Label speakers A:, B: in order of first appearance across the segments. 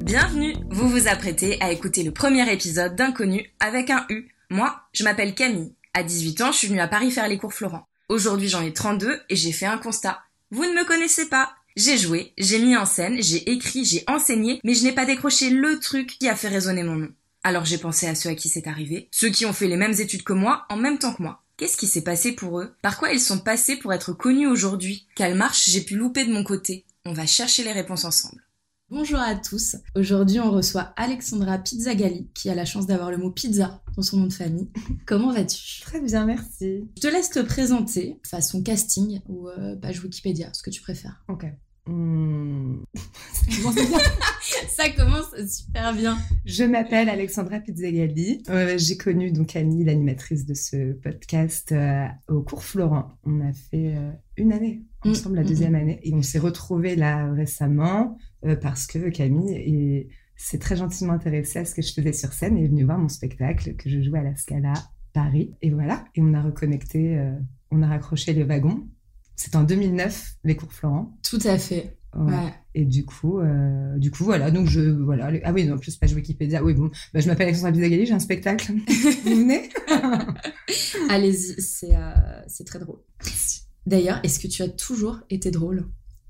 A: Bienvenue, vous vous apprêtez à écouter le premier épisode d'Inconnu avec un U. Moi, je m'appelle Camille. À 18 ans, je suis venue à Paris faire les cours Florent. Aujourd'hui, j'en ai 32 et j'ai fait un constat. Vous ne me connaissez pas. J'ai joué, j'ai mis en scène, j'ai écrit, j'ai enseigné, mais je n'ai pas décroché le truc qui a fait résonner mon nom. Alors j'ai pensé à ceux à qui c'est arrivé, ceux qui ont fait les mêmes études que moi en même temps que moi. Qu'est-ce qui s'est passé pour eux? Par quoi ils sont passés pour être connus aujourd'hui? Quelle marche j'ai pu louper de mon côté? On va chercher les réponses ensemble.
B: Bonjour à tous, aujourd'hui on reçoit Alexandra Pizzagalli qui a la chance d'avoir le mot pizza dans son nom de famille. Comment vas-tu?
C: Très bien, merci.
B: Je te laisse te présenter, façon casting ou page Wikipédia, ce que tu préfères.
C: Ok.
B: Ça commence super bien.
C: Je m'appelle Alexandra Pizzagalli. J'ai connu donc Annie, l'animatrice de ce podcast, au cours Florent. On a fait une année ensemble, la deuxième année, et on s'est retrouvés là récemment parce que Camille s'est très gentiment intéressée à ce que je faisais sur scène et est venue voir mon spectacle que je jouais à la Scala Paris. Et voilà, et on a reconnecté, on a raccroché les wagons. C'était en 2009, les cours Florent.
B: Tout à fait. Ouais.
C: Et du coup, voilà. Donc Ah oui, non, en plus page Wikipédia. Oui, bon, je m'appelle Alexandra Pizzagalli, j'ai un spectacle. Vous venez?
B: Allez-y, c'est très drôle. D'ailleurs, est-ce que tu as toujours été drôle?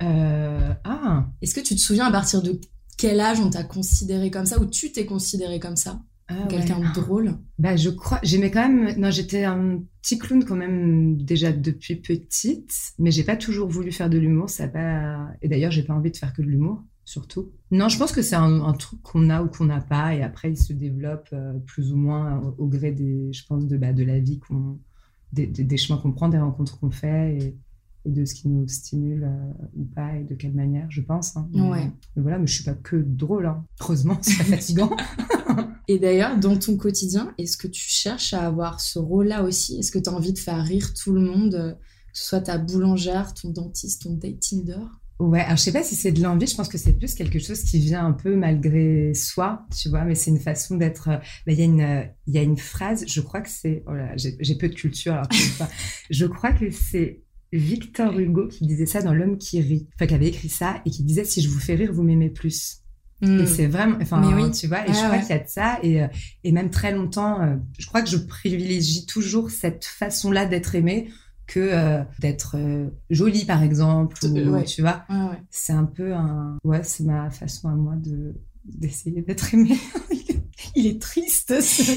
B: Est-ce que tu te souviens à partir de quel âge on t'a considéré comme ça ou tu t'es considéré comme ça? Quelqu'un de drôle?
C: Je crois, j'aimais quand même. Non, j'étais un petit clown quand même déjà depuis petite, mais j'ai pas toujours voulu faire de l'humour. Et d'ailleurs, j'ai pas envie de faire que de l'humour, surtout. Non, je pense que c'est un truc qu'on a ou qu'on n'a pas, et après il se développe plus ou moins au gré de la vie des chemins qu'on prend, des rencontres qu'on fait et de ce qui nous stimule ou pas et de quelle manière, je pense. Hein.
B: Ouais.
C: Mais voilà, mais je suis pas que drôle. Hein. Heureusement, c'est pas fatigant.
B: Et d'ailleurs, dans ton quotidien, est-ce que tu cherches à avoir ce rôle-là aussi? Est-ce que tu as envie de faire rire tout le monde, que ce soit ta boulangère, ton dentiste, ton date Tinder?
C: Ouais, alors je sais pas si c'est de l'envie, je pense que c'est plus quelque chose qui vient un peu malgré soi, tu vois, mais c'est une façon d'être... Il y a une phrase, je crois que c'est... Oh là, j'ai peu de culture, alors je crois que c'est Victor Hugo qui disait ça dans L'Homme qui rit, qui avait écrit ça, et qui disait « Si je vous fais rire, vous m'aimez plus ». Et c'est vraiment, oui. Tu vois, et je crois qu'il y a de ça, et même très longtemps, je crois que je privilégie toujours cette façon-là d'être aimée que d'être jolie, par exemple, ou, tu vois.
B: Ouais.
C: C'est un peu c'est ma façon à moi d'essayer d'être aimée. Il est triste.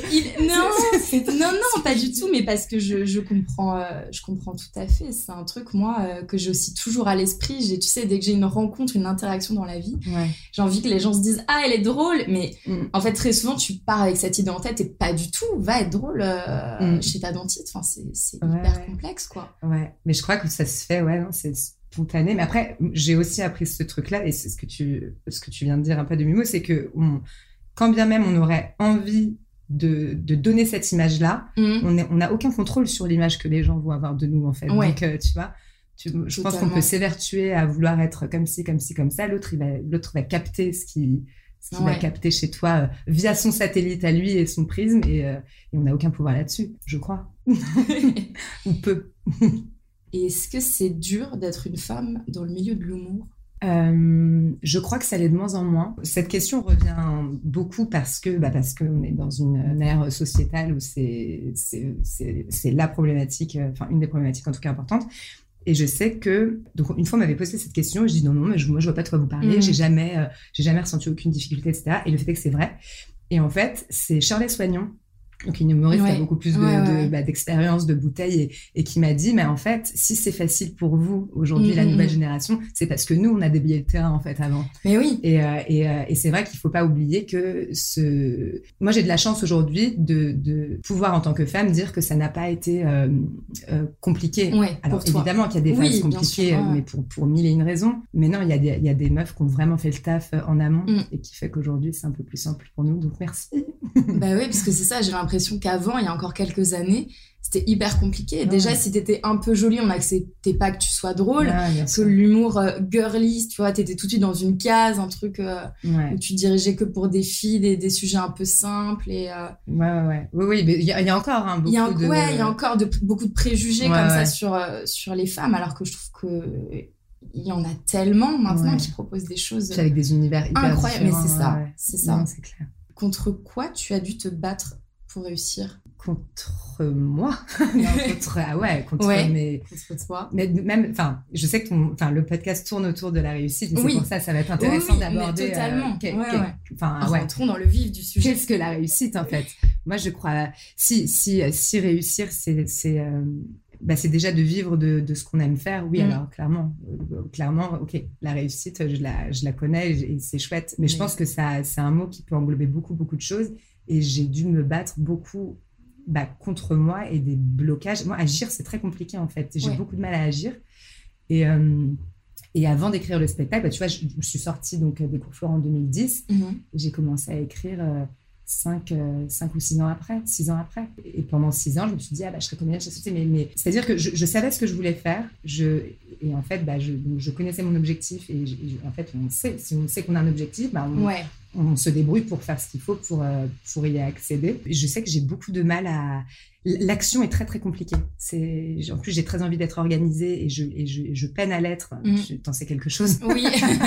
B: Non, pas du tout, mais parce que je comprends tout à fait. C'est un truc, moi, que j'ai aussi toujours à l'esprit. Tu sais, dès que j'ai une rencontre, une interaction dans la vie, j'ai envie que les gens se disent « Ah, elle est drôle !» Mais en fait, très souvent, tu pars avec cette idée en tête et pas du tout. Va être drôle chez ta dentiste. Enfin, c'est hyper complexe, quoi.
C: Ouais, mais je crois que ça se fait, c'est spontané. Mais après, j'ai aussi appris ce truc-là, et c'est ce que tu viens de dire un peu de Mimo, c'est que quand bien même on aurait envie de donner cette image-là, on n'a aucun contrôle sur l'image que les gens vont avoir de nous, en fait.
B: Ouais.
C: Donc, tu vois, je pense qu'on peut s'évertuer à vouloir être comme ci, comme ça. L'autre va capter ce qu'il va capter chez toi via son satellite à lui et son prisme, et on n'a aucun pouvoir là-dessus, je crois. Ou peu.
B: Et est-ce que c'est dur d'être une femme dans le milieu de l'humour?
C: Je crois que ça l'est de moins en moins. Cette question revient beaucoup parce qu'on est dans une ère sociétale où c'est la problématique, une des problématiques en tout cas importantes. Et je sais que, donc une fois on m'avait posé cette question, je dis non, mais moi je vois pas de quoi vous parlez, j'ai jamais ressenti aucune difficulté, etc. Et le fait est que c'est vrai. Et en fait, c'est Shirley Soignon, donc une humoriste qui a beaucoup plus d'expérience, de bouteille, et qui m'a dit, mais en fait, si c'est facile pour vous aujourd'hui, la nouvelle génération, c'est parce que nous, on a des billets de terrain en fait avant.
B: Mais oui.
C: Et c'est vrai qu'il faut pas oublier que moi j'ai de la chance aujourd'hui de pouvoir en tant que femme dire que ça n'a pas été compliqué.
B: Ouais,
C: alors évidemment qu'il y a des phases compliquées,
B: sûr,
C: mais pour mille et une raisons. Mais non, il y a des meufs qui ont vraiment fait le taf en amont, et qui fait qu'aujourd'hui c'est un peu plus simple pour nous. Donc merci.
B: Bah oui, parce que c'est ça, j'ai l'impression qu'avant, il y a encore quelques années, c'était hyper compliqué. Déjà, si t'étais un peu jolie, on n'acceptait pas que tu sois drôle, que l'humour girly, tu vois, t'étais tout de suite dans une case, un truc où tu dirigeais que pour des filles, des sujets un peu simples. Et,
C: Oui, mais il y a encore beaucoup
B: il y a encore beaucoup de préjugés comme ça sur les femmes, alors que je trouve que il y en a tellement maintenant qui proposent des choses
C: puis avec des univers hyper
B: incroyables. Mais
C: différents.
B: c'est ça.
C: Non, c'est clair.
B: Contre quoi tu as dû te battre pour réussir?
C: Contre moi. Non, contre mes...
B: Contre toi.
C: Mais même, enfin, je sais que le podcast tourne autour de la réussite, et c'est pour ça va être intéressant d'aborder.
B: Totalement. Rentrons dans le vif du sujet.
C: Qu'est-ce que la réussite, en fait? Moi, je crois, si réussir, c'est déjà de vivre de ce qu'on aime faire. Oui, alors clairement, ok, la réussite, je la connais et c'est chouette. Mais je pense que c'est un mot qui peut englober beaucoup, beaucoup de choses. Et j'ai dû me battre beaucoup contre moi et des blocages. Moi, agir, c'est très compliqué, en fait. J'ai beaucoup de mal à agir. Et avant d'écrire le spectacle, tu vois, je suis sortie des cours Florent en 2010. Et j'ai commencé à écrire 5 ou 6 ans après. Et pendant 6 ans, je me suis dit, je serais comédienne, mais c'est-à-dire que je savais ce que je voulais faire. Et en fait, je connaissais mon objectif. Et en fait, si on sait qu'on a un objectif, on se débrouille pour faire ce qu'il faut pour y accéder. Je sais que j'ai beaucoup de mal à... L'action est très, très compliquée. En plus, j'ai très envie d'être organisée et je peine à l'être. T'en sais quelque chose?
B: Oui.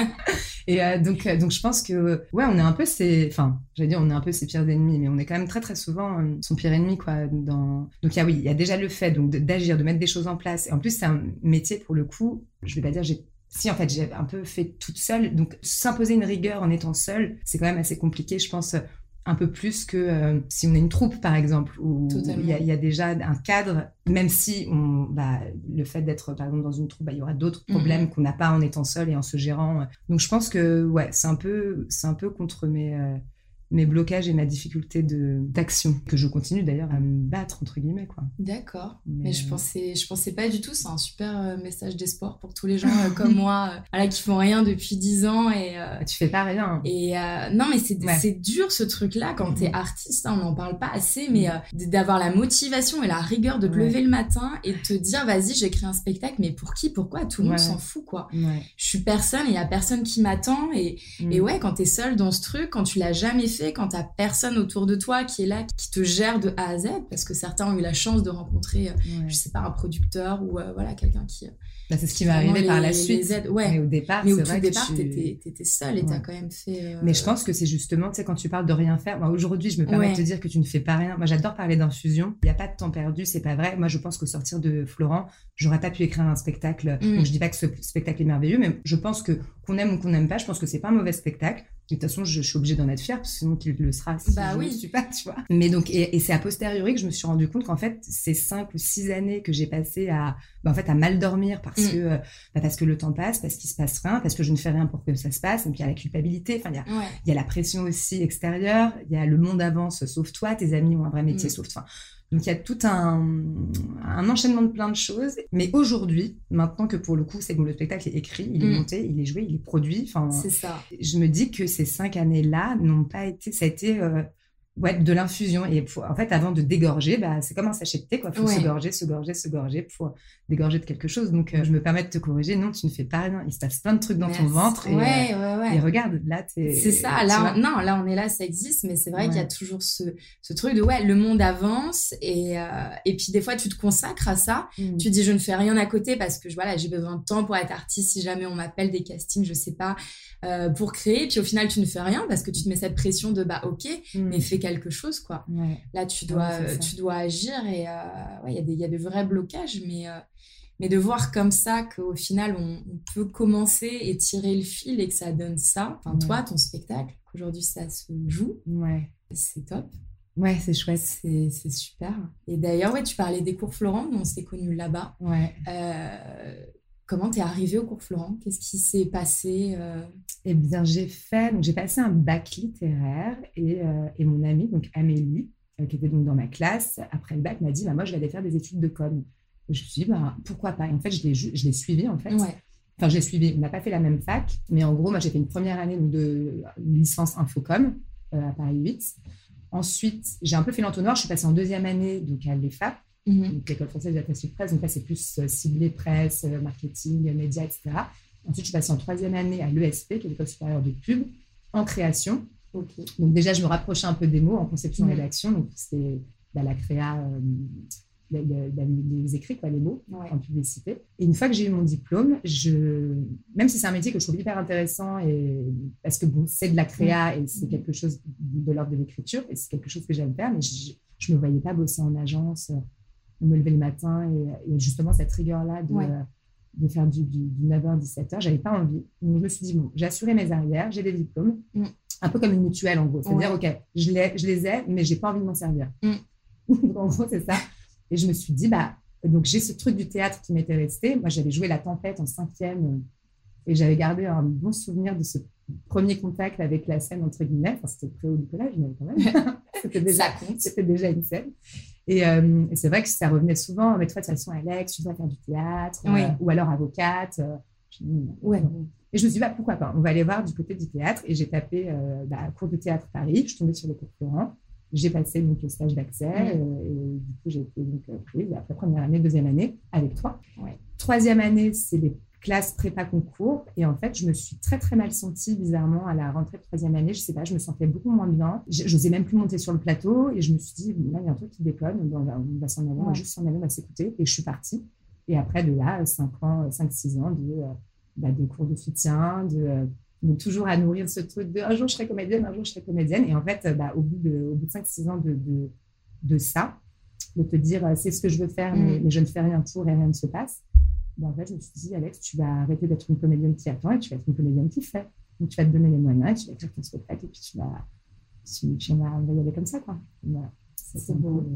C: Et donc, je pense que, on est un peu on est un peu ses pires ennemis, mais on est quand même très, très souvent son pire ennemi, quoi. Donc, il y a déjà le fait d'agir, de mettre des choses en place. Et en plus, c'est un métier, pour le coup, je vais pas dire si, en fait, j'ai un peu fait toute seule. Donc, s'imposer une rigueur en étant seule, c'est quand même assez compliqué, je pense, un peu plus que si on est une troupe, par exemple, où il y a déjà un cadre, même si le fait d'être, par exemple, dans une troupe, il y aura d'autres problèmes qu'on n'a pas en étant seul et en se gérant. Donc, je pense que, c'est un peu contre mes blocages et ma difficulté d'action, que je continue d'ailleurs à me battre, entre guillemets, quoi.
B: D'accord. Mais je pensais pas du tout. C'est un super message d'espoir pour tous les gens comme moi, qui font rien depuis 10 ans. Et,
C: tu fais pas rien.
B: Et non, mais c'est dur, ce truc-là, quand t'es artiste, on n'en parle pas assez, mais d'avoir la motivation et la rigueur de te lever le matin et de te dire, vas-y, j'écris un spectacle, mais pour qui, pourquoi? Tout le monde s'en fout, quoi. Je suis personne et il y a personne qui m'attend. Et quand t'es seule dans ce truc, quand tu l'as jamais fait, quand t'as personne autour de toi qui est là, qui te gère de A à Z, parce que certains ont eu la chance de rencontrer, je sais pas, un producteur ou quelqu'un qui...
C: c'est ce qui va arriver par la suite. Mais au départ,
B: t'étais seule et t'as quand même fait...
C: Mais je pense que c'est justement, tu sais, quand tu parles de rien faire, aujourd'hui, je me permets de te dire que tu ne fais pas rien. Moi, j'adore parler d'infusion. Il n'y a pas de temps perdu, c'est pas vrai. Moi, je pense qu'au sortir de Florent, j'aurais pas pu écrire un spectacle. Donc, je dis pas que ce spectacle est merveilleux, mais je pense que qu'on aime ou qu'on n'aime pas, je pense que c'est pas un mauvais spectacle. De toute façon, je suis obligée d'en être fière, parce que sinon, tu le seras si je ne suis pas, tu vois. Mais donc, et c'est a posteriori que je me suis rendu compte qu'en fait, ces 5 ou 6 années que j'ai passées à mal dormir parce que le temps passe, parce qu'il se passe rien, parce que je ne fais rien pour que ça se passe. Donc, il y a la culpabilité, il y a la pression aussi extérieure, il y a le monde avance, sauf toi, tes amis ont un vrai métier, sauf toi. Donc, il y a tout un enchaînement de plein de choses. Mais aujourd'hui, maintenant que pour le coup, c'est bon, le spectacle est écrit, il est monté, il est joué, il est produit.
B: C'est ça.
C: Je me dis que ces 5 années-là n'ont pas été... Ça a été de l'infusion. Et en fait, avant de dégorger, c'est comme un sachet de thé, quoi. Il faut se gorger pour dégorger de quelque chose. Donc, je me permets de te corriger. Non, tu ne fais pas rien. Il se passe plein de trucs dans ton ventre. Et regarde, là, t'es...
B: C'est ça. Là, on est là, ça existe. Mais c'est vrai qu'il y a toujours ce truc de, le monde avance. Et puis, des fois, tu te consacres à ça. Tu dis, je ne fais rien à côté parce que, j'ai besoin de temps pour être artiste. Si jamais on m'appelle des castings, je sais pas, pour créer. Et puis, au final, tu ne fais rien parce que tu te mets cette pression de, ok, mais fais quelque chose, quoi. Là, tu dois agir et il y a de vrais blocages, mais de voir comme ça qu'au final, on peut commencer et tirer le fil et que ça donne ça. Enfin, toi, ton spectacle, qu'aujourd'hui, ça se joue. C'est top.
C: Ouais, c'est chouette.
B: C'est super. Et d'ailleurs, tu parlais des cours Florent, on s'est connus là-bas. Comment t'es arrivée au cours Florent? Qu'est-ce qui s'est passé?
C: Eh bien, j'ai passé un bac littéraire et mon amie, donc Amélie, qui était donc dans ma classe, après le bac, m'a dit, moi, je vais aller faire des études de com. Et je me suis dit, pourquoi pas? Et en fait, je l'ai suivie, en fait. Enfin, je l'ai suivie. On n'a pas fait la même fac, mais en gros, moi, j'ai fait une première année de licence Infocom à Paris 8. Ensuite, j'ai un peu fait l'entonnoir. Je suis passée en deuxième année donc à l'EFAP, donc l'École française d'attaché de presse. Donc là, c'est plus ciblé presse, marketing, médias, etc. Ensuite, je suis passée en troisième année à l'ESP, qui est l'École supérieure de pub, en création. Donc déjà, je me rapprochais un peu des mots en conception-rédaction. Donc c'était la créa les écrits, quoi, les mots en publicité. Et une fois que j'ai eu mon diplôme, même si c'est un métier que je trouve hyper intéressant, parce que bon, c'est de la créa et c'est quelque chose de l'ordre de l'écriture, et c'est quelque chose que j'aime faire, mais je ne me voyais pas bosser en agence, me lever le matin, et justement cette rigueur-là de faire du 9h, 17h, je n'avais pas envie. Donc je me suis dit, bon, j'ai assuré mes arrières, j'ai des diplômes, un peu comme une mutuelle en gros. C'est-à-dire, OK, je les ai, mais je n'ai pas envie de m'en servir. Donc, en gros, c'est ça. Et je me suis dit, donc j'ai ce truc du théâtre qui m'était resté. Moi, j'avais joué La Tempête en 5e et j'avais gardé un bon souvenir de ce premier contact avec la scène, entre guillemets. Enfin, c'était pré-haut du collège, mais quand même. C'était déjà une scène. Et c'est vrai que ça revenait souvent. Mais toi, de toute façon, Alex, tu dois faire du théâtre ou alors avocate. Et je me suis dit, pourquoi pas? On va aller voir du côté du théâtre. Et j'ai tapé cours de théâtre Paris. Je suis tombée sur les cours Florent. J'ai passé donc le stage d'accès et du coup, j'ai été donc prise après première année, deuxième année avec toi. Troisième année, c'est les classes prépa concours. Et en fait, je me suis très, très mal sentie bizarrement à la rentrée de troisième année. Je sais pas, je me sentais beaucoup moins bien. J'osais même plus monter sur le plateau et je me suis dit, là, il y a un truc qui déconne. On va s'en aller, on va juste s'en aller, on va s'écouter. Et je suis partie. Et après, de là, 5-6 ans de cours de soutien, donc toujours à nourrir ce truc de un jour je serai comédienne, un jour je serai comédienne. Et en fait, au bout de 5-6 ans de ça, de te dire c'est ce que je veux faire, mais je ne fais rien pour et rien ne se passe. En fait, je me suis dit, Alex, tu vas arrêter d'être une comédienne qui attend et tu vas être une comédienne qui fait. Donc, tu vas te donner les moyens et tu vas écrire ton spectacle et puis on va y aller comme ça, quoi. Voilà.
B: C'est beau.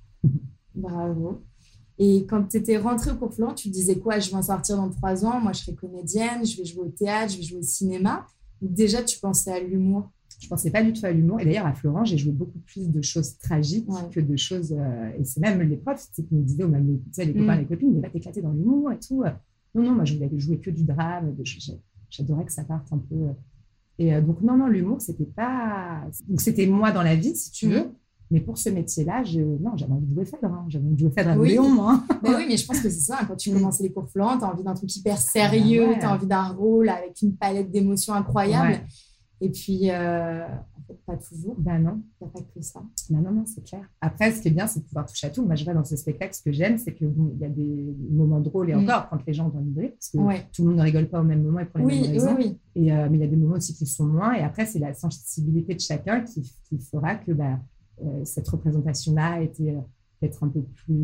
B: Bravo. Et quand tu étais rentrée au cours Florent, tu te disais quoi? Je vais en sortir dans 3 ans, moi je serai comédienne, je vais jouer au théâtre, je vais jouer au cinéma. Déjà, tu pensais à l'humour?
C: Je ne pensais pas du tout à l'humour. Et d'ailleurs, à Florent, j'ai joué beaucoup plus de choses tragiques que de choses... et c'est même les profs qui me disaient, ou même les copains, les copines, mais va t'éclater dans l'humour et tout. Non, moi je voulais jouer que du drame. J'adorais que ça parte un peu... Et donc, non, l'humour, c'était pas... Donc, c'était moi dans la vie, si tu veux. Mais pour ce métier-là, j'avais envie de jouer Phèdre. J'avais envie de jouer Phèdre à Léon, moi.
B: Oui, mais je pense que c'est ça. Quand tu commences les cours Florent, tu as envie d'un truc hyper sérieux, tu as envie d'un rôle avec une palette d'émotions incroyable. Ouais. Et puis, en fait, pas toujours.
C: Non.
B: Il n'y a pas que ça.
C: Non, c'est clair. Après, ce qui est bien, c'est de pouvoir toucher à tout. Moi, je vois dans ce spectacle, ce que j'aime, c'est qu'il y a des moments drôles et encore, quand les gens ont envie de rire, parce que tout le monde ne rigole pas au même moment et pour les mêmes raisons. Mais il y a des moments aussi qui sont moins. Et après, c'est la sensibilité de chacun qui fera que cette représentation-là était peut-être un peu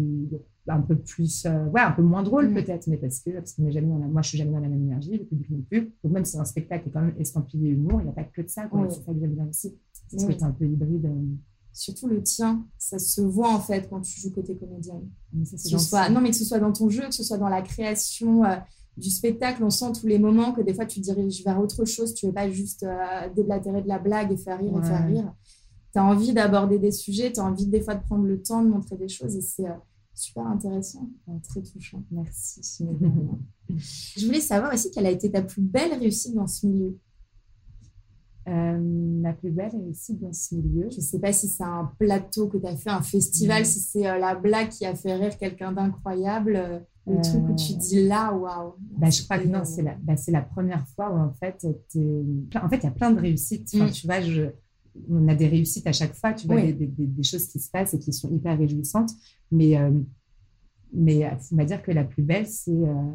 C: moins drôle peut-être, mais parce qu'on n'est jamais moi je suis jamais dans la même énergie, le public non plus. Donc même si un spectacle est quand même estampillé humour, il n'y a pas que de ça, quoi. C'est ça que j'aime bien aussi. C'est ce côté un peu hybride.
B: Surtout le tien, ça se voit en fait quand tu joues côté comédienne.
C: Mais ça, c'est
B: que ce soit dans ton jeu, que ce soit dans la création du spectacle, on sent tous les moments que des fois tu te diriges vers autre chose, tu ne veux pas juste déblatérer de la blague et faire rire. Tu as envie d'aborder des sujets, tu as envie des fois de prendre le temps de montrer des choses et c'est super intéressant, très touchant.
C: Merci.
B: Je voulais savoir aussi quelle a été ta plus belle réussite dans ce milieu.
C: La plus belle réussite dans ce milieu.
B: Je ne sais pas si c'est un plateau que tu as fait, un festival, si c'est la blague qui a fait rire quelqu'un d'incroyable, le truc où tu dis là, waouh.
C: Je crois que non, c'est la première fois où en fait, il y a plein de réussites. Enfin, tu vois, on a des réussites à chaque fois, tu vois, des choses qui se passent et qui sont hyper réjouissantes. Mais il faut dire que la plus belle, c'est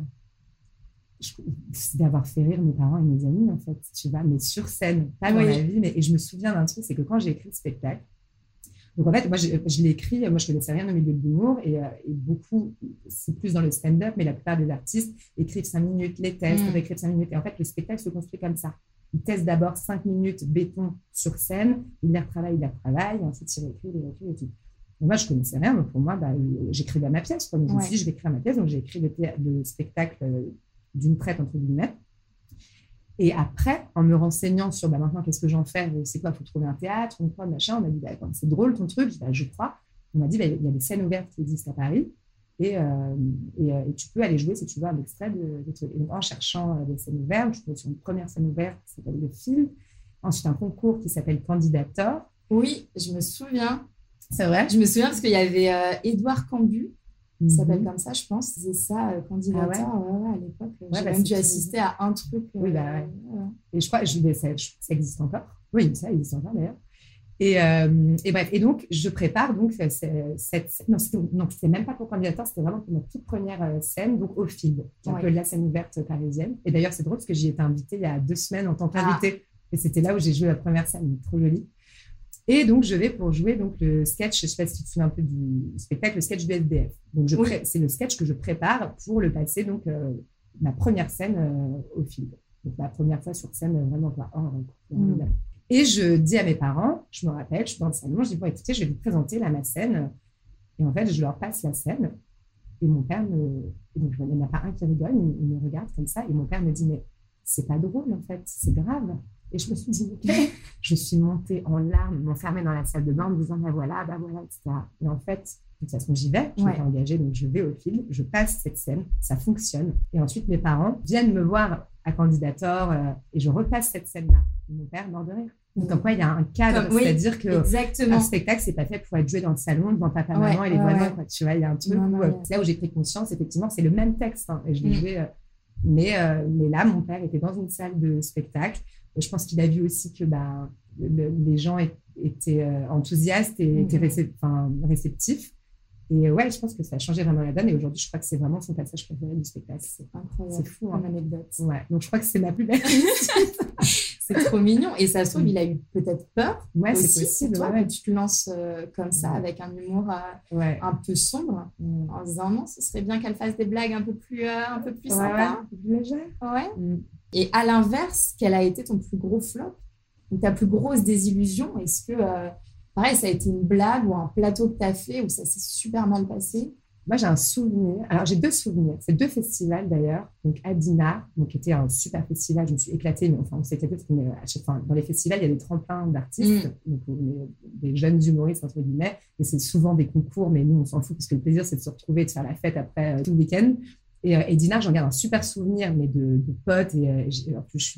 C: d'avoir fait rire mes parents et mes amis, en fait, tu vois, mais sur scène, pas dans la vie. Et je me souviens d'un truc, c'est que quand j'ai écrit le spectacle, donc en fait, moi, je l'ai écrit, moi, je ne connaissais rien au milieu de l'humour et beaucoup, c'est plus dans le stand-up, mais la plupart des artistes écrivent 5 minutes, les testent, écrivent 5 minutes. Et en fait, le spectacle se construit comme ça. Ils testent d'abord 5 minutes béton sur scène, ils les retravaillent, et ensuite ils réécrivent et tout. Et moi, je ne connaissais rien, donc pour moi, j'écrivais à ma pièce. Donc, je me suis dit, je vais écrire à ma pièce, donc j'ai écrit le spectacle d'une traite, entre guillemets. Et après, en me renseignant sur maintenant, qu'est-ce que j'en fais, c'est quoi, il faut trouver un théâtre, une prod, machin, on m'a dit, c'est drôle ton truc, je crois. On m'a dit, il y a des scènes ouvertes qui existent à Paris. Et tu peux aller jouer si tu veux un extrait de trucs. Et donc, en cherchant des scènes ouvertes, je suis sur une première scène ouverte qui s'appelle Le Film. Ensuite, un concours qui s'appelle Candidator.
B: Oui, je me souviens.
C: C'est vrai?
B: Je me souviens parce qu'il y avait Édouard Cambu, qui s'appelle comme ça, je pense. C'est ça, Candidator. À l'époque. J'ai même dû assister à un truc.
C: Et je crois que ça existe encore. Oui, ça existe encore d'ailleurs. Et bref, et donc je prépare donc c'était même pas pour candidateur, c'était vraiment pour ma toute première scène, donc au Field, qui est un peu la scène ouverte parisienne. Et d'ailleurs c'est drôle parce que j'y étais invitée il y a 2 semaines en tant qu'invitée, et c'était là où j'ai joué la première scène, trop jolie. Et donc je vais pour jouer donc le sketch, je sais pas si tu te souviens un peu du spectacle, le sketch du SDF. Donc c'est le sketch que je prépare pour le passer, donc ma première scène au Field. Donc la première fois sur scène, vraiment Et je dis à mes parents, je me rappelle, je suis dans le salon, je dis bon écoutez, je vais vous présenter là ma scène. Et en fait, je leur passe la scène. Et mon père donc il n'y en a pas un qui rigole, il me regarde comme ça. Et mon père me dit mais c'est pas drôle en fait, c'est grave. Et je me suis dit je suis montée en larmes, m'enfermer dans la salle de bain en me disant bah voilà, etc. Et en fait, de toute façon, j'y vais, je m'étais engagée, donc je vais au film, je passe cette scène, ça fonctionne. Et ensuite, mes parents viennent me voir à Candidator et je repasse cette scène-là. Et mon père mort de rire. Donc, comme quoi, il y a un cadre, c'est-à-dire qu'un spectacle, c'est pas fait pour être joué dans le salon, devant papa, maman et les voisins, quoi. Tu vois, il y a un truc c'est là où j'ai pris conscience, effectivement, c'est le même texte, hein, et je l'ai joué. Mais là, mon père était dans une salle de spectacle. Et je pense qu'il a vu aussi que les gens étaient enthousiastes et étaient réceptifs. Et je pense que ça a changé vraiment la donne. Et aujourd'hui, je crois que c'est vraiment son passage préféré du spectacle. C'est incroyable. C'est fou,
B: comme anecdote.
C: Ouais. Donc, je crois que c'est ma plus belle réussite.
B: C'est trop mignon. Et ça se trouve, il a eu peut-être peur.
C: Ouais, aussi, c'est possible.
B: Toi, que tu te lances comme ça, avec un humour un peu sombre, en disant non, ce serait bien qu'elle fasse des blagues un peu plus sympas.
C: Un peu plus légères.
B: Ouais. Et à l'inverse, quel a été ton plus gros flop ou ta plus grosse désillusion? Est-ce que, pareil, ça a été une blague ou un plateau que tu as fait où ça s'est super mal passé?
C: Moi, j'ai un souvenir. Alors, j'ai 2 souvenirs. C'est 2 festivals, d'ailleurs. Donc, à Dinard, qui était un super festival. Je me suis éclatée. Mais enfin, on s'est éclaté parce que dans les festivals, il y a des tremplins d'artistes. Donc, des jeunes humoristes, entre guillemets. Et c'est souvent des concours. Mais nous, on s'en fout parce que le plaisir, c'est de se retrouver et de faire la fête après tout le week-end. Et Dinard, j'en garde un super souvenir, mais de potes. Et en plus,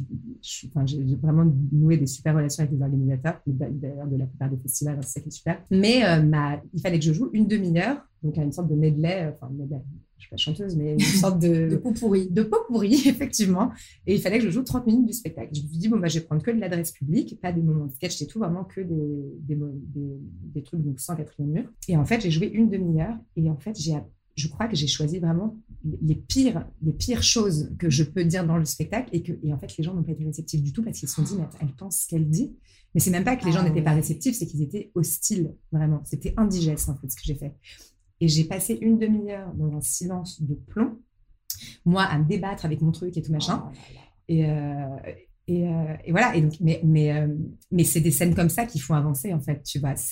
C: j'ai vraiment noué des super relations avec les organisateurs, d'ailleurs de la plupart des festivals, c'est ça qui est super. Mais il fallait que je joue une demi-heure, donc à une sorte de medley, je ne suis pas chanteuse, mais une sorte de
B: pot-pourri.
C: De pot-pourri, effectivement. Et il fallait que je joue 30 minutes du spectacle. Je me suis dit, je vais prendre que de l'adresse publique, pas des moments de sketch et tout, vraiment que des trucs donc sans quatrième mur. Et en fait, j'ai joué une demi-heure et en fait, je crois que j'ai choisi vraiment les pires choses que je peux dire dans le spectacle et en fait, les gens n'ont pas été réceptifs du tout parce qu'ils se sont dit, mais elle pense ce qu'elle dit. Mais c'est même pas que les gens n'étaient pas réceptifs, c'est qu'ils étaient hostiles, vraiment. C'était indigeste, en fait, ce que j'ai fait. Et j'ai passé une demi-heure dans un silence de plomb, moi, à me débattre avec mon truc et tout machin. Et voilà. Et donc, mais c'est des scènes comme ça qui font avancer, en fait, tu vois.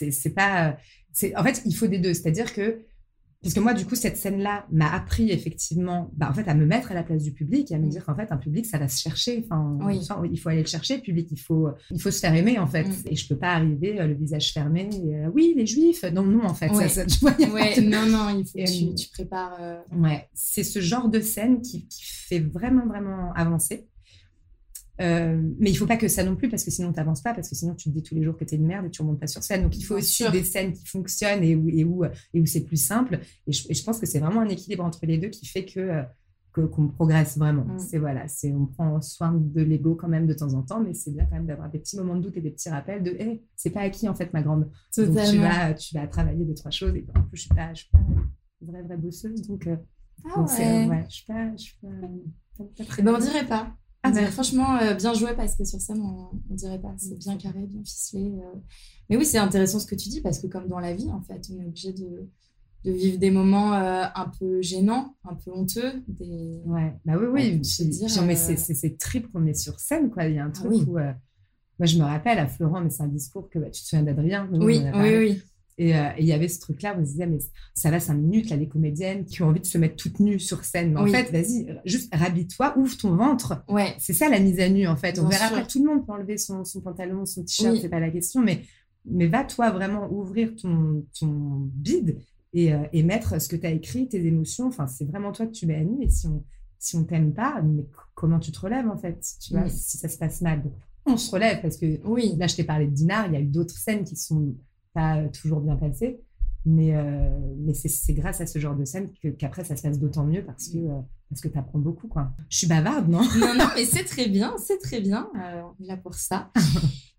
C: En fait, il faut des deux. C'est-à-dire que parce que moi, du coup, cette scène-là m'a appris effectivement en fait, à me mettre à la place du public et à me dire qu'en fait, un public, ça va se chercher. Il faut aller le chercher, le public. Il faut se faire aimer, en fait. Et je ne peux pas arriver le visage fermé. Et, oui, les Juifs. Non, en fait. Ça, tu vois,
B: non, il faut que tu prépares.
C: Ouais, c'est ce genre de scène qui fait vraiment, vraiment avancer. Mais il faut pas que ça non plus parce que sinon tu n'avances pas, parce que sinon tu te dis tous les jours que tu es une merde et tu remontes pas sur scène. Donc il faut aussi des scènes qui fonctionnent et où c'est plus simple. Et je pense que c'est vraiment un équilibre entre les deux qui fait qu'on progresse vraiment. On prend soin de l'ego quand même de temps en temps, mais c'est bien quand même d'avoir des petits moments de doute et des petits rappels de c'est pas acquis en fait ma grande. Donc tu vas travailler 2-3 choses et en plus je suis pas une vraie bosseuse donc je suis pas très
B: on dirait pas. Franchement, bien joué parce que sur scène, on dirait pas. C'est bien carré, bien ficelé. Mais oui, c'est intéressant ce que tu dis parce que comme dans la vie, en fait, on est obligé de vivre des moments un peu gênants, un peu honteux.
C: Oui. Mais c'est trip qu'on est sur scène, quoi. Il y a un truc où... moi, je me rappelle à Florent, mais c'est un discours que tu te souviens d'Adrien.
B: Oui.
C: Et il y avait ce truc-là où on se disait, mais ça va 5 minutes, là, les comédiennes qui ont envie de se mettre toutes nues sur scène. Mais en fait, vas-y, juste rhabille-toi, ouvre ton ventre.
B: Ouais.
C: C'est ça la mise à nu, en fait. On verra après, tout le monde peut enlever son pantalon, son t-shirt, c'est pas la question. Mais va, toi, vraiment ouvrir ton bide et mettre ce que tu as écrit, tes émotions. Enfin, c'est vraiment toi que tu mets à nu. Et si on t'aime pas, mais comment tu te relèves, en fait, tu vois, si ça se passe mal. Donc, on se relève parce que là, je t'ai parlé de Dinard, il y a eu d'autres scènes qui sont pas toujours bien passé, mais c'est grâce à ce genre de scène qu'après ça se passe d'autant mieux parce que tu apprends beaucoup, quoi. Je suis bavarde, non?
B: Non, mais c'est très bien, on est là pour ça.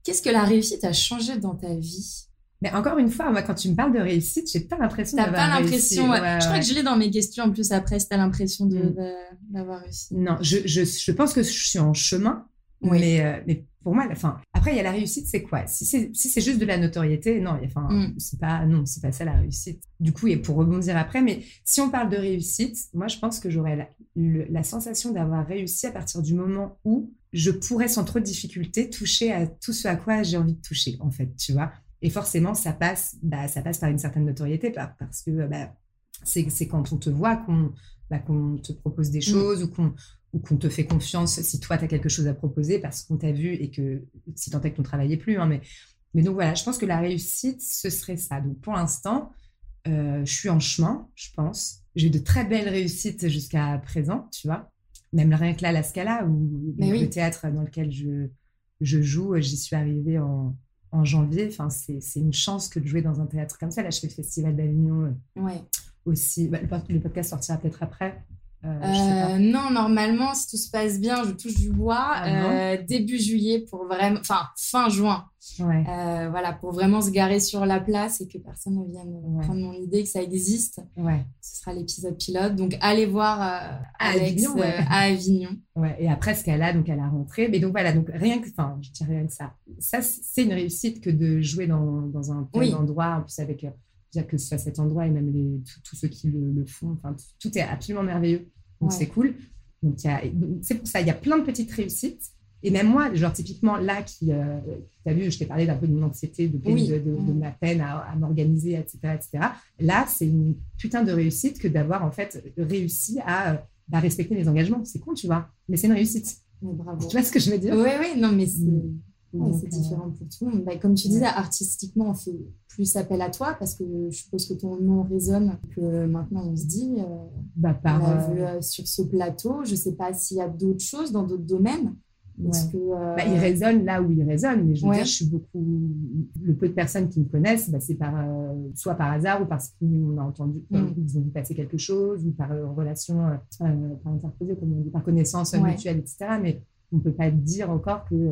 B: Qu'est-ce que la réussite a changé dans ta vie?
C: Mais encore une fois, moi, quand tu me parles de réussite, j'ai pas l'impression
B: d'avoir réussi. T'as pas l'impression,
C: ouais.
B: Je crois que je l'ai dans mes questions, en plus, après, si t'as l'impression d'avoir réussi.
C: Non, je pense que je suis en chemin, oui. Mais pour moi, après, il y a la réussite, c'est quoi? Si c'est juste de la notoriété, non, c'est pas ça la réussite. Du coup, et pour rebondir après, mais si on parle de réussite, moi, je pense que j'aurais la sensation d'avoir réussi à partir du moment où je pourrais, sans trop de difficulté, toucher à tout ce à quoi j'ai envie de toucher, en fait, tu vois. Et forcément, ça passe par une certaine notoriété, parce que c'est quand on te voit qu'on te propose des choses ou qu'on te fait confiance si toi, tu as quelque chose à proposer parce qu'on t'a vu et que si tant est que ton travail est plus. Hein, mais donc voilà, je pense que la réussite, ce serait ça. Donc pour l'instant, je suis en chemin, je pense. J'ai eu de très belles réussites jusqu'à présent, tu vois. Même rien que là, la Scala ou le théâtre dans lequel je joue, j'y suis arrivée en janvier. Enfin, c'est une chance que de jouer dans un théâtre comme ça. Là, je fais le Festival d'Avignon aussi. Le podcast sortira peut-être après.
B: Non, normalement, si tout se passe bien, je touche du bois. Début juillet pour vraiment, fin juin. Ouais. Voilà, pour vraiment se garer sur la place et que personne ne vienne prendre mon idée, que ça existe. Ouais. Ce sera l'épisode pilote. Donc, allez voir Alex à Avignon.
C: Ouais. Et après Scala, donc à la rentrée. Mais donc voilà, donc je dirais rien que ça. Ça, c'est une réussite que de jouer dans un tel endroit, en plus avec. Que ce soit cet endroit et même tous ceux qui le font, tout est absolument merveilleux, donc c'est cool. Donc c'est pour ça, il y a plein de petites réussites. Et même moi, genre typiquement là, t'as vu, je t'ai parlé d'un peu de mon anxiété, de ma peine à m'organiser, etc. Là, c'est une putain de réussite que d'avoir en fait réussi à respecter mes engagements. C'est con, tu vois, mais c'est une réussite.
B: Mais bravo.
C: Tu vois ce que je veux dire?
B: Oui, non, mais c'est différent pour tout le monde. Comme tu disais, artistiquement, on fait plus appel à toi parce que je suppose que ton nom résonne, que maintenant on se dit, on l'a vu sur ce plateau. Je ne sais pas s'il y a d'autres choses dans d'autres domaines.
C: Il résonne là où il résonne, mais je veux dire, je suis le peu de personnes qui me connaissent, c'est soit par hasard ou parce qu'on a entendu, ils ont vu passer quelque chose, ou par relation, par interposée, comme on dit, par connaissance mutuelle, etc. Mais on ne peut pas dire encore que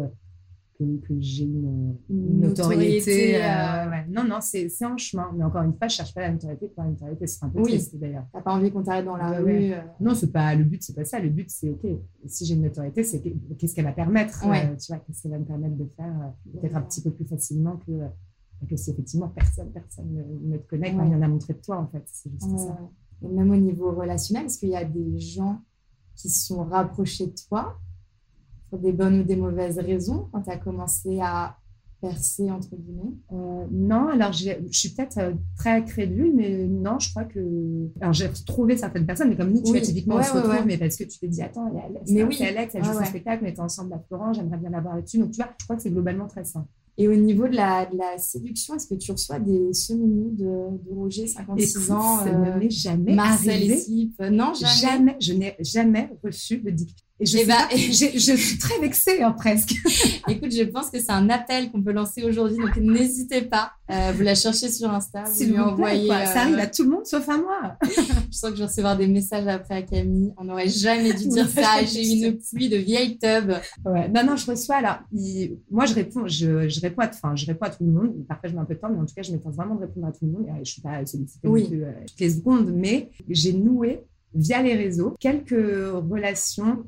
C: j'ai une notoriété. Non, c'est en chemin. Mais encore une fois, je ne cherche pas la notoriété pour la notoriété. C'est un peu triste d'ailleurs.
B: Tu n'as pas envie qu'on t'arrête dans la rue.
C: Non, le but, ce n'est pas ça. Le but, c'est OK. Si j'ai une notoriété, c'est qu'est-ce qu'elle va permettre tu vois, qu'est-ce qu'elle va me permettre de faire peut-être un petit peu plus facilement que si effectivement personne ne te connaît quand il y en a montré de toi, en fait. C'est juste ça.
B: Et même au niveau relationnel, est-ce qu'il y a des gens qui se sont rapprochés de toi pour des bonnes ou des mauvaises raisons quand tu as commencé à percer, entre guillemets?
C: Non, alors je suis peut-être très crédule, mais non, je crois que... Alors j'ai retrouvé certaines personnes, mais comme nous, tu vois, typiquement, on se retrouve, mais parce que tu t'es dit, attends, il y a Alex, c'est Alex, elle joue son spectacle, on était ensemble à Florent, j'aimerais bien la voir là-dessus. Donc tu vois, je crois que c'est globalement très sain.
B: Et au niveau de la séduction, est-ce que tu reçois des semi-nus de Roger, 56 ans,
C: ça ne m'est jamais
B: Marcel
C: arrivé.
B: Essip? Non, jamais.
C: Je n'ai jamais reçu de dick pic. Et je suis très vexée, presque.
B: Écoute, je pense que c'est un appel qu'on peut lancer aujourd'hui, donc n'hésitez pas. Vous la cherchez sur Insta, vous lui envoyez.
C: Ça arrive à tout le monde sauf à moi.
B: Je sens que je vais recevoir des messages après à Camille. On n'aurait jamais dû dire ça. J'ai une pluie de vieilles tubs.
C: Ouais. Non, je reçois. Alors, moi, je réponds à tout le monde. Parfois, je mets un peu de temps, mais en tout cas, je m'efforce vraiment de répondre à tout le monde. Je ne suis pas sollicitée toutes les secondes, mais j'ai noué via les réseaux quelques relations,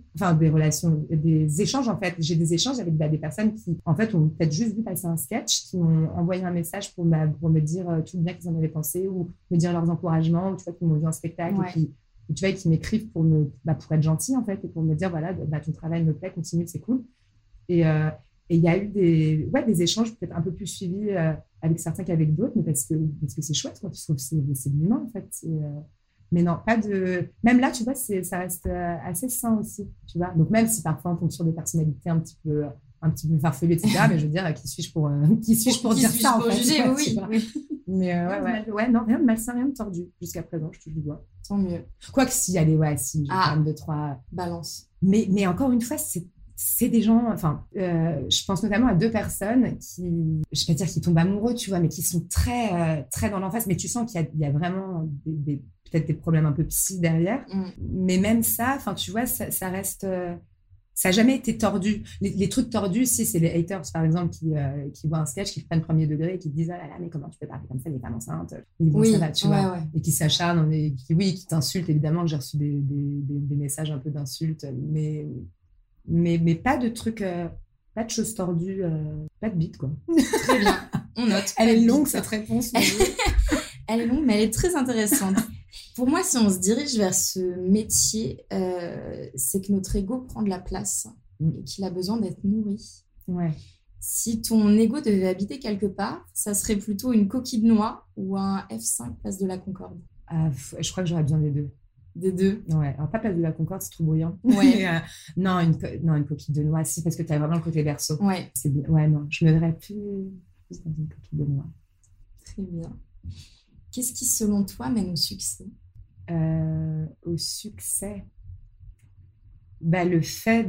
C: des échanges en fait. J'ai des échanges avec des personnes qui en fait ont peut-être juste vu passer un sketch, qui m'ont envoyé un message pour me dire tout le bien qu'ils en avaient pensé, ou me dire leurs encouragements, ou tu vois, qui m'ont vu en spectacle et qui, tu vois, qui m'écrivent pour être gentils en fait, et pour me dire voilà, ton travail me plaît, continue, c'est cool. Et il y a eu des échanges peut-être un peu plus suivis avec certains qu'avec d'autres, mais parce que c'est chouette, quoi. Je trouve que c'est de l'humain en fait. Mais non, pas de... Même là, tu vois, ça reste assez sain aussi, tu vois. Donc, même si parfois, on tombe sur des personnalités un petit peu farfelues, etc., mais je veux dire, qui suis-je pour dire ça, en fait.
B: Juger, oui.
C: Mais non, rien de malsain, rien de tordu, jusqu'à présent, je touche du doigt.
B: Tant mieux.
C: Quoique s'il y a j'ai quand même 2-3...
B: Balance.
C: Mais encore une fois, c'est des gens, je pense notamment à 2 personnes qui, je vais pas dire qui tombent amoureux, tu vois, mais qui sont très, très dans l'emphase, mais tu sens qu'il y a vraiment peut-être des problèmes un peu psy derrière. Mais même ça, tu vois, ça reste ça n'a jamais été tordu. Les trucs tordus, si c'est les haters, par exemple, qui voient un sketch, qui prennent premier degré et qui te disent « Ah là là, mais comment tu peux parler comme ça, les femmes enceintes ?» ça va, tu vois. Ouais. Et qui s'acharnent, qui t'insultent. Évidemment que j'ai reçu des messages un peu d'insultes, mais pas de trucs, pas de choses tordues, pas de bite, quoi.
B: Très bien, on note.
C: Elle est longue, cette réponse.
B: Elle est longue, mais elle est très intéressante. Pour moi, si on se dirige vers ce métier, c'est que notre ego prend de la place et qu'il a besoin d'être nourri.
C: Ouais.
B: Si ton ego devait habiter quelque part, ça serait plutôt une coquille de noix ou un F5 place de la Concorde.
C: Je crois que j'aurais besoin des deux.
B: Des deux?
C: Ouais, alors pas place de la Concorde, c'est trop bruyant.
B: Ouais.
C: Mais, non, une coquille de noix, si, parce que tu as vraiment le côté verso.
B: Ouais.
C: Ouais, non, je me verrais plus dans une coquille de noix.
B: Très bien. Qu'est-ce qui, selon toi, mène au succès?
C: Au succès, le fait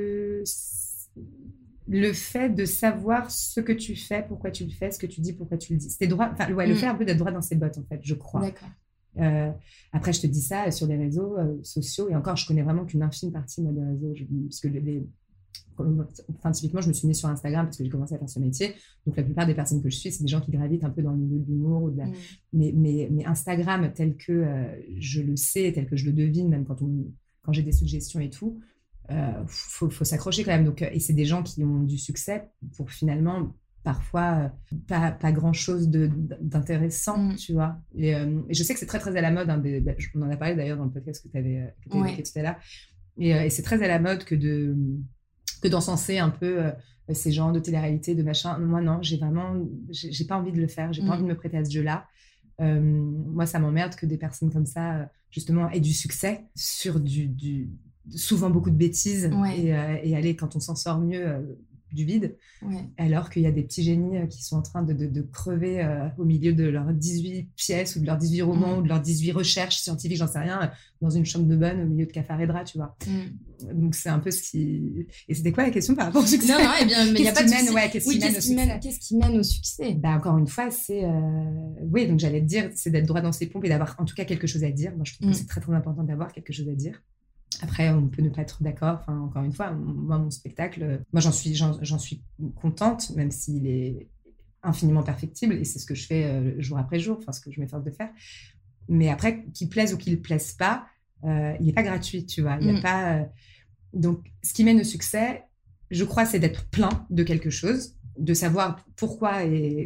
C: de savoir ce que tu fais, pourquoi tu le fais, ce que tu dis, pourquoi tu le dis. Le fait un peu d'être droit dans ses bottes, en fait, je crois.
B: D'accord.
C: Après, je te dis ça sur les réseaux sociaux, et encore, je connais vraiment qu'une infime partie moi, des réseaux, parce que typiquement, je me suis mise sur Instagram parce que j'ai commencé à faire ce métier. Donc, la plupart des personnes que je suis, c'est des gens qui gravitent un peu dans le milieu de l'humour. Ou mais Instagram, tel que je le sais, tel que je le devine, même quand j'ai des suggestions et tout, faut s'accrocher quand même. Donc, et c'est des gens qui ont du succès pour finalement, parfois, pas grand-chose d'intéressant, tu vois. Et je sais que c'est très, très à la mode. On en a parlé d'ailleurs dans le podcast que tu avais évoqué tout à l'heure. Et c'est très à la mode que d'encenser un peu ces gens de télé-réalité, de machin. Moi, non, j'ai pas envie de le faire. J'ai pas envie de me prêter à ce jeu-là. Moi, ça m'emmerde que des personnes comme ça, justement, aient du succès sur souvent beaucoup de bêtises et aller, quand on s'en sort mieux, du vide, alors qu'il y a des petits génies qui sont en train de crever au milieu de leurs 18 pièces ou de leurs 18 romans ou de leurs 18 recherches scientifiques, j'en sais rien, dans une chambre de bonne au milieu de cafards et draps, tu vois. Donc c'est un peu ce qui... Et c'était quoi la question par rapport au succès?
B: Non, eh bien, mais il n'y a pas de souci.
C: Qu'est-ce qui mène au succès? Encore une fois, c'est... Oui, donc j'allais te dire, c'est d'être droit dans ses pompes et d'avoir en tout cas quelque chose à dire. Moi, je trouve que c'est très, très important d'avoir quelque chose à dire. Après, on peut ne pas être d'accord. Enfin, encore une fois, moi, mon spectacle, moi, j'en suis contente, même s'il est infiniment perfectible. Et c'est ce que je fais jour après jour, enfin, ce que je m'efforce de faire. Mais après, qu'il plaise ou qu'il ne plaise pas, il n'est pas gratuit, tu vois. Il y a pas... Donc, ce qui mène au succès, je crois, c'est d'être plein de quelque chose, de savoir pourquoi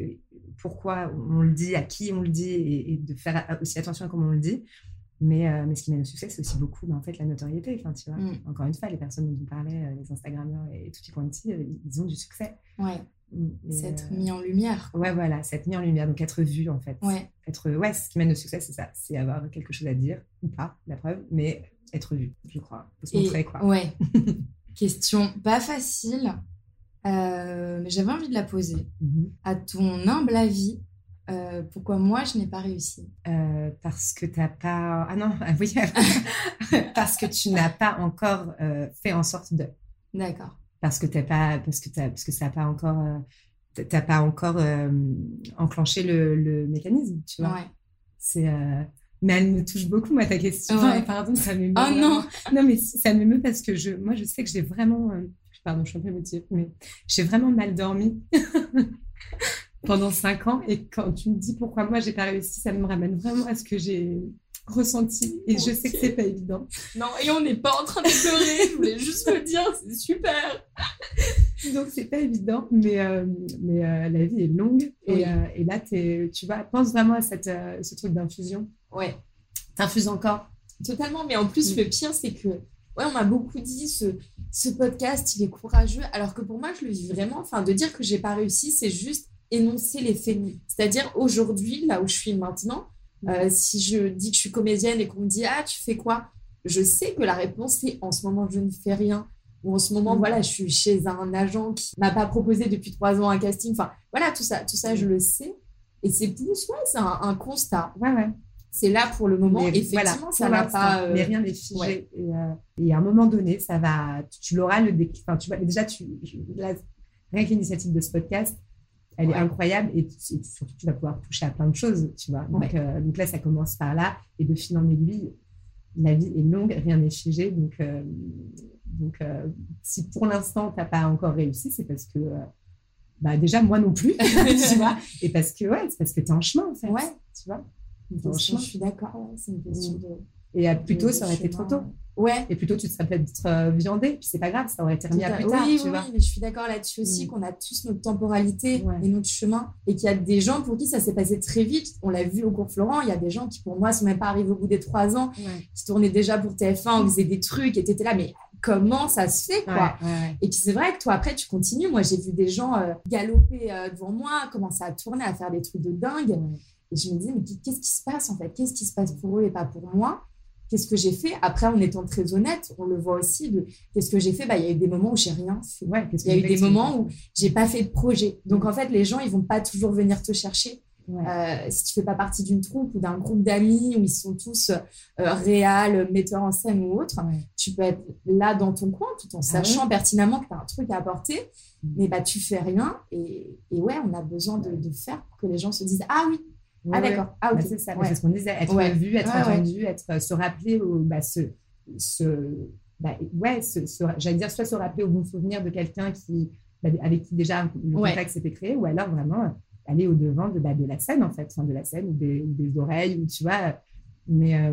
C: on le dit, à qui on le dit, et de faire aussi attention à comment on le dit. Mais ce qui mène au succès, c'est aussi beaucoup en fait, la notoriété. Enfin, tu vois, encore une fois, les personnes dont on parlait, les Instagrammeurs et tutti quanti, ils ont du succès.
B: Ouais. C'est être mis en lumière.
C: Ouais, voilà, c'est être mis en lumière. Donc, être vu, en fait. Ce qui mène au succès, c'est ça. C'est avoir quelque chose à dire, ou pas, la preuve, mais être vu, je crois. Faut se montrer, quoi.
B: Ouais. Question pas facile, mais j'avais envie de la poser. À ton humble avis, pourquoi moi je n'ai pas réussi?
C: Parce que t'as pas... Ah non, oui. Parce que tu n'as pas encore fait en sorte de...
B: D'accord.
C: Parce que ça n'a pas encore... t'as pas encore enclenché le mécanisme, tu vois.
B: Ouais.
C: C'est... Mais elle me touche beaucoup, moi, ta question.
B: Ouais.
C: Pardon, ça m'émeut.
B: Oh non.
C: Non, mais ça m'émeut parce que moi, je sais que j'ai vraiment... Pardon, je suis un peu émotive, mais j'ai vraiment mal dormi pendant 5 ans. Et quand tu me dis pourquoi moi, j'ai pas réussi, ça me ramène vraiment à ce que j'ai ressenti. Et je sais que c'est pas évident.
B: Non, et on n'est pas en train de pleurer. Je voulais juste le dire, c'est super.
C: Donc, c'est pas évident, mais la vie est longue. Et là, tu vois, pense vraiment à ce truc d'infusion.
B: Ouais.
C: T'infuses encore.
B: Totalement, mais en plus, le pire, c'est que on m'a beaucoup dit, ce podcast, il est courageux, alors que pour moi, je le vis vraiment. Enfin, de dire que j'ai pas réussi, c'est juste énoncer les faits. C'est-à-dire, aujourd'hui, là où je suis maintenant, si je dis que je suis comédienne et qu'on me dit « Ah, tu fais quoi ?» Je sais que la réponse, c'est « En ce moment, je ne fais rien. » Ou en ce moment, voilà, je suis chez un agent qui m'a pas proposé depuis 3 ans un casting. Enfin, voilà, tout ça, je le sais. Et c'est plus, c'est un constat.
C: Ouais.
B: C'est là pour le moment.
C: Mais
B: effectivement,
C: voilà,
B: ça va pas...
C: Mais rien n'est figé. Ouais. Et à un moment donné, ça va... Tu l'auras le déclic. Enfin, tu vois, déjà, rien que l'initiative de ce podcast, elle est incroyable. Et surtout, tu vas pouvoir toucher à plein de choses, tu vois. Donc là, ça commence par là. Et de fil en aiguille, la vie est longue, rien n'est figé. Donc Donc, si pour l'instant, tu n'as pas encore réussi, c'est parce que, déjà, moi non plus, tu vois. Et parce que, c'est parce que tu es en chemin, en fait.
B: Ouais.
C: Tu vois.
B: Je suis d'accord. C'est une question de...
C: Et plus tôt, ça aurait été trop tôt.
B: Ouais.
C: Et plus tôt, tu te serais peut-être viandée. Puis c'est pas grave, ça aurait été remis à plus tard, tu vois.
B: Oui, mais je suis d'accord là-dessus aussi, qu'on a tous notre temporalité et notre chemin. Et qu'il y a des gens pour qui ça s'est passé très vite. On l'a vu au cours Florent, il y a des gens qui, pour moi, sont même pas arrivés au bout des 3 ans, qui tournaient déjà pour TF1, on faisait des trucs, et t'étais là, mais comment ça se fait, quoi. Et puis c'est vrai que toi, après, tu continues. Moi, j'ai vu des gens galoper devant moi, commencer à tourner, à faire des trucs de dingue. Et je me disais, mais qu'est-ce qui se passe, en fait? Qu'est-ce qui se passe pour eux et pas pour moi? Qu'est-ce que j'ai fait? Après, en étant très honnête, on le voit aussi, qu'est-ce que j'ai fait? Il y a eu des moments où j'ai rien fait. Il y a eu des moments où j'ai pas fait de projet. Donc, en fait, les gens, ils vont pas toujours venir te chercher. Si tu fais pas partie d'une troupe ou d'un groupe d'amis où ils sont tous réals, metteurs en scène ou autre, tu peux être là dans ton coin tout en sachant pertinemment que tu as un truc à apporter, mais tu fais rien. Et on a besoin de faire pour que les gens se disent « Ah oui, d'accord. Ah, okay.
C: C'est ça, c'est ce qu'on disait, être vu, être entendu, se rappeler j'allais dire, soit se rappeler au bon souvenir de quelqu'un avec qui déjà le contact s'était créé, ou alors vraiment aller au-devant de la scène, en fait, de la scène ou des oreilles, ou tu vois. Mais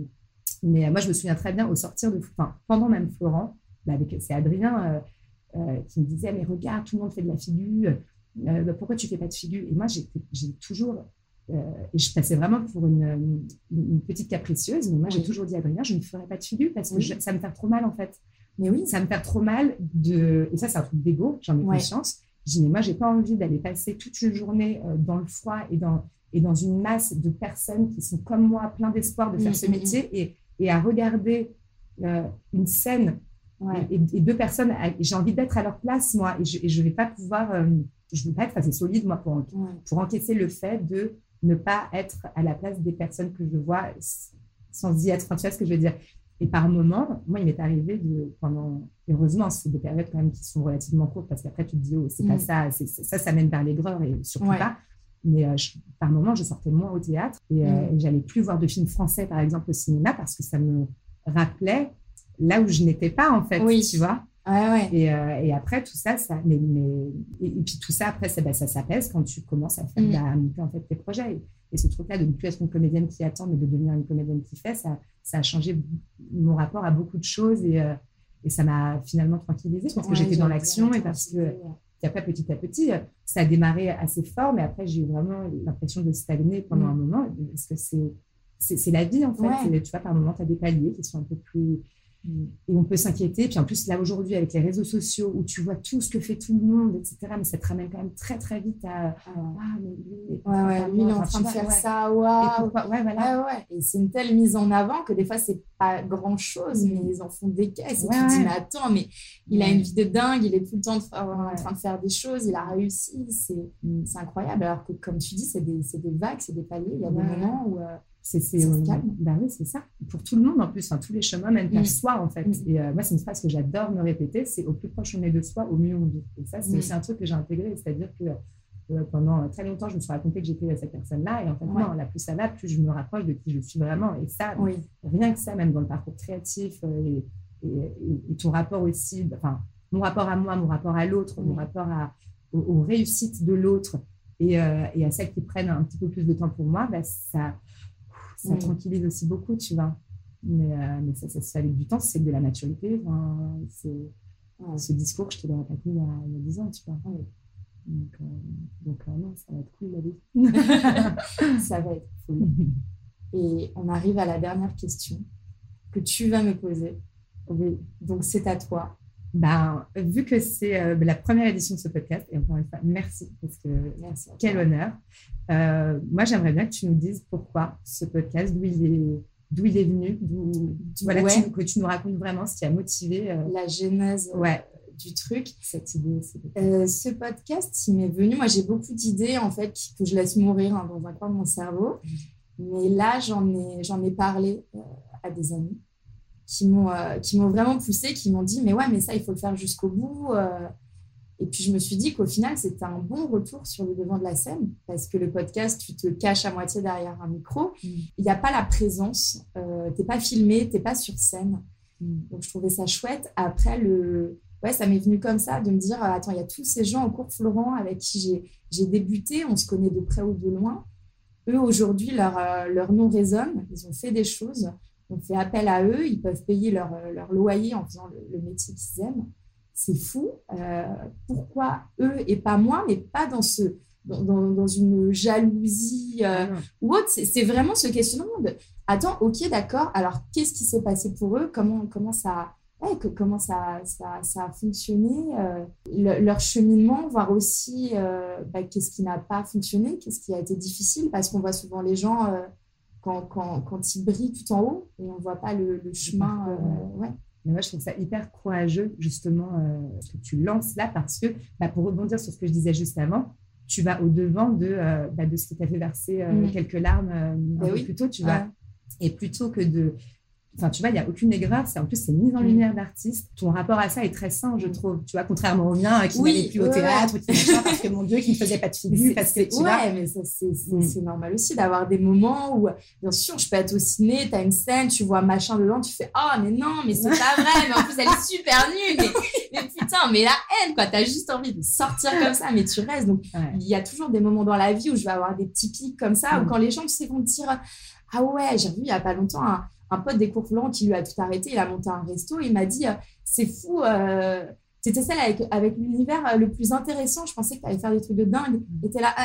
C: moi, je me souviens très bien, au sortir pendant même Florent, c'est Adrien qui me disait « Mais regarde, tout le monde fait de la figure, pourquoi tu fais pas de figure ?» Et moi, j'ai toujours... et je passais vraiment pour une petite capricieuse, mais moi j'ai toujours dit à Adrien, je ne ferai pas de figure parce que ça me fait trop mal, en fait. Mais oui, ça me fait trop mal et ça c'est un truc d'ego, j'en ai conscience. Je dis, mais moi j'ai pas envie d'aller passer toute une journée dans le froid et dans une masse de personnes qui sont comme moi, plein d'espoir de faire ce métier et à regarder une scène et 2 personnes, j'ai envie d'être à leur place, moi, et je vais pas pouvoir, je ne vais pas être assez solide, moi, pour encaisser le fait de ne pas être à la place des personnes que je vois sans y être. Tu vois ce que je veux dire? Et par moments, moi, il m'est arrivé heureusement, c'est des périodes quand même qui sont relativement courtes parce qu'après, tu te dis, oh, c'est pas ça, ça mène vers l'aigreur et surtout pas. Mais par moments, je sortais moins au théâtre et j'allais plus voir de films français, par exemple, au cinéma parce que ça me rappelait là où je n'étais pas, en fait, tu vois. Et après tout ça, et puis tout ça après ça s'apaise quand tu commences à faire en fait tes projets et ce truc là de ne plus être une comédienne qui attend mais de devenir une comédienne qui fait, ça a changé mon rapport à beaucoup de choses et ça m'a finalement tranquillisée parce que j'étais dans l'action et parce que après petit à petit ça a démarré assez fort mais après j'ai eu vraiment l'impression de stagner pendant un moment parce que c'est la vie, en fait. Tu vois, par moments tu as des paliers qui sont un peu plus... Et on peut s'inquiéter. Puis en plus, là, aujourd'hui, avec les réseaux sociaux, où tu vois tout ce que fait tout le monde, etc., mais ça te ramène quand même très, très vite à... mais lui,
B: lui, il est en train de faire ça, waouh. Et c'est une telle mise en avant que des fois, c'est pas grand-chose, mais ils en font des caisses. Et tu te dis, mais attends, mais il a une vie de dingue, il est tout le temps en train de faire des choses, il a réussi, c'est incroyable. Alors que, comme tu dis, c'est des vagues, c'est des paliers. Il y a des moments où... ça se calme. Oui, c'est ça. Pour tout le monde, en plus, tous les chemins mènent à soi, en fait. Et moi, c'est une phrase que j'adore me répéter, c'est au plus proche on est de soi, au mieux on vit. Et ça, c'est aussi un truc que j'ai intégré, c'est-à-dire que pendant très longtemps, je me suis raconté que j'étais cette personne-là, et en fait, non, là, plus ça va, plus je me rapproche de qui je suis vraiment. Et ça, rien que ça, même dans le parcours créatif et ton rapport aussi, mon rapport à moi, mon rapport à l'autre, mon rapport aux réussites de l'autre, et à celles qui prennent un petit peu plus de temps pour moi, ça tranquillise aussi beaucoup, tu vois. Mais ça se fait avec du temps, c'est de la maturité. Ce discours, je te l'aurais pas tenu il y a 10 ans, tu vois. Donc non, ça va être cool, la vie. Ça va être cool. Et on arrive à la dernière question que tu vas me poser. Donc, c'est à toi.
C: Vu que c'est la première édition de ce podcast, et encore une fois, merci, parce que quel honneur. Moi, j'aimerais bien que tu nous dises pourquoi ce podcast, d'où il est venu, que tu nous racontes vraiment ce qui a motivé
B: la genèse du truc.
C: Cette idée.
B: Ce podcast, il m'est venu. Moi, j'ai beaucoup d'idées, en fait, que je laisse mourir dans un coin de mon cerveau. Mais là, j'en ai parlé à des amis qui m'ont vraiment poussée, qui m'ont dit mais ça, il faut le faire jusqu'au bout. Et puis, je me suis dit qu'au final, c'était un bon retour sur le devant de la scène parce que le podcast, tu te caches à moitié derrière un micro. Il n'y a pas la présence. Tu n'es pas filmé, tu n'es pas sur scène. Donc, je trouvais ça chouette. Après, ça m'est venu comme ça, de me dire, attends, il y a tous ces gens au cours Florent avec qui j'ai débuté, on se connaît de près ou de loin. Eux, aujourd'hui, leur nom résonne. Ils ont fait des choses. On fait appel à eux. Ils peuvent payer leur loyer en faisant le métier qu'ils aiment. C'est fou. Pourquoi eux et pas moi, mais pas dans une jalousie ou autre. C'est vraiment ce questionnement de attends, ok, d'accord, alors qu'est-ce qui s'est passé pour eux, comment ça a fonctionné, leur cheminement, voir aussi qu'est-ce qui n'a pas fonctionné, qu'est-ce qui a été difficile, parce qu'on voit souvent les gens quand ils brillent tout en haut et on ne voit pas le chemin.
C: Mais moi, je trouve ça hyper courageux, justement, que tu lances là, parce que, pour rebondir sur ce que je disais juste avant, tu vas au-devant de ce qui t'a fait verser quelques larmes un peu plus tôt, tu vois. Et plutôt que de... Enfin, tu vois, il n'y a aucune aigreur. En plus, c'est mise en lumière d'artiste. Ton rapport à ça est très sain, je trouve. Tu vois, contrairement au mien, qui n'allait plus au théâtre, qui machin, parce que mon Dieu, qui ne faisait pas de figure.
B: Mais ça, c'est normal aussi d'avoir des moments où, bien sûr, je peux être au ciné, tu as une scène, tu vois machin dedans, tu fais « Ah, mais non, mais c'est pas vrai, mais en plus, elle est super nulle. Mais putain, mais la haine, quoi. Tu as juste envie de sortir comme ça, mais tu restes. » Donc, il y a toujours des moments dans la vie où je vais avoir des petits pics comme ça, où quand les gens, tu sais, vont te dire « Ah ouais, j'ai vu il n'y a pas longtemps un pote des cours Florent qui lui a tout arrêté, il a monté un resto, il m'a dit c'est fou, t'étais celle avec l'univers le plus intéressant, je pensais que t'allais faire des trucs de dingue, et t'es là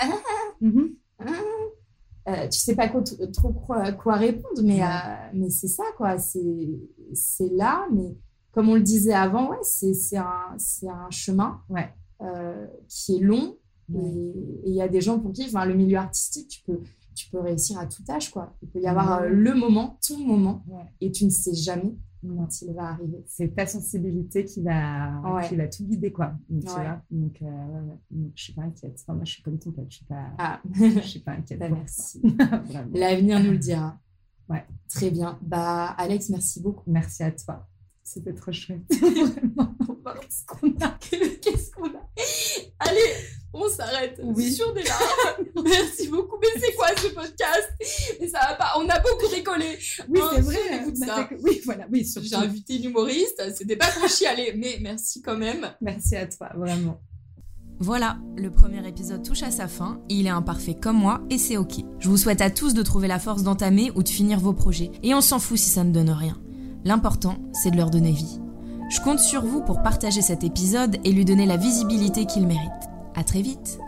B: tu sais pas trop quoi répondre, mais c'est ça quoi, c'est là, mais comme on le disait avant, c'est un chemin qui est long, et il y a des gens pour qui, le milieu artistique, tu peux réussir à tout âge, quoi. Il peut y avoir le moment, ton moment, et tu ne sais jamais quand il va arriver.
C: C'est ta sensibilité qui va tout guider, quoi. Donc, tu vois, donc je suis pas inquiète. Enfin, moi, je suis comme ton pote. Je suis pas inquiète.
B: Merci. L'avenir nous le dira. Très bien. Alex, merci beaucoup.
C: Merci à toi. C'était trop chouette.
B: Vraiment. Qu'est-ce qu'on a Allez, on s'arrête sur des larmes. Merci beaucoup. Mais c'est quoi ce podcast? Mais ça va pas. On a beaucoup rigolé.
C: Oui, c'est vrai. Oui, voilà. Oui,
B: j'ai invité une humoriste. C'était pas pour chialer, mais merci quand même.
C: Merci à toi, vraiment.
A: Voilà, le premier épisode touche à sa fin. Il est imparfait comme moi et c'est ok. Je vous souhaite à tous de trouver la force d'entamer ou de finir vos projets. Et on s'en fout si ça ne donne rien. L'important, c'est de leur donner vie. Je compte sur vous pour partager cet épisode et lui donner la visibilité qu'il mérite. À très vite.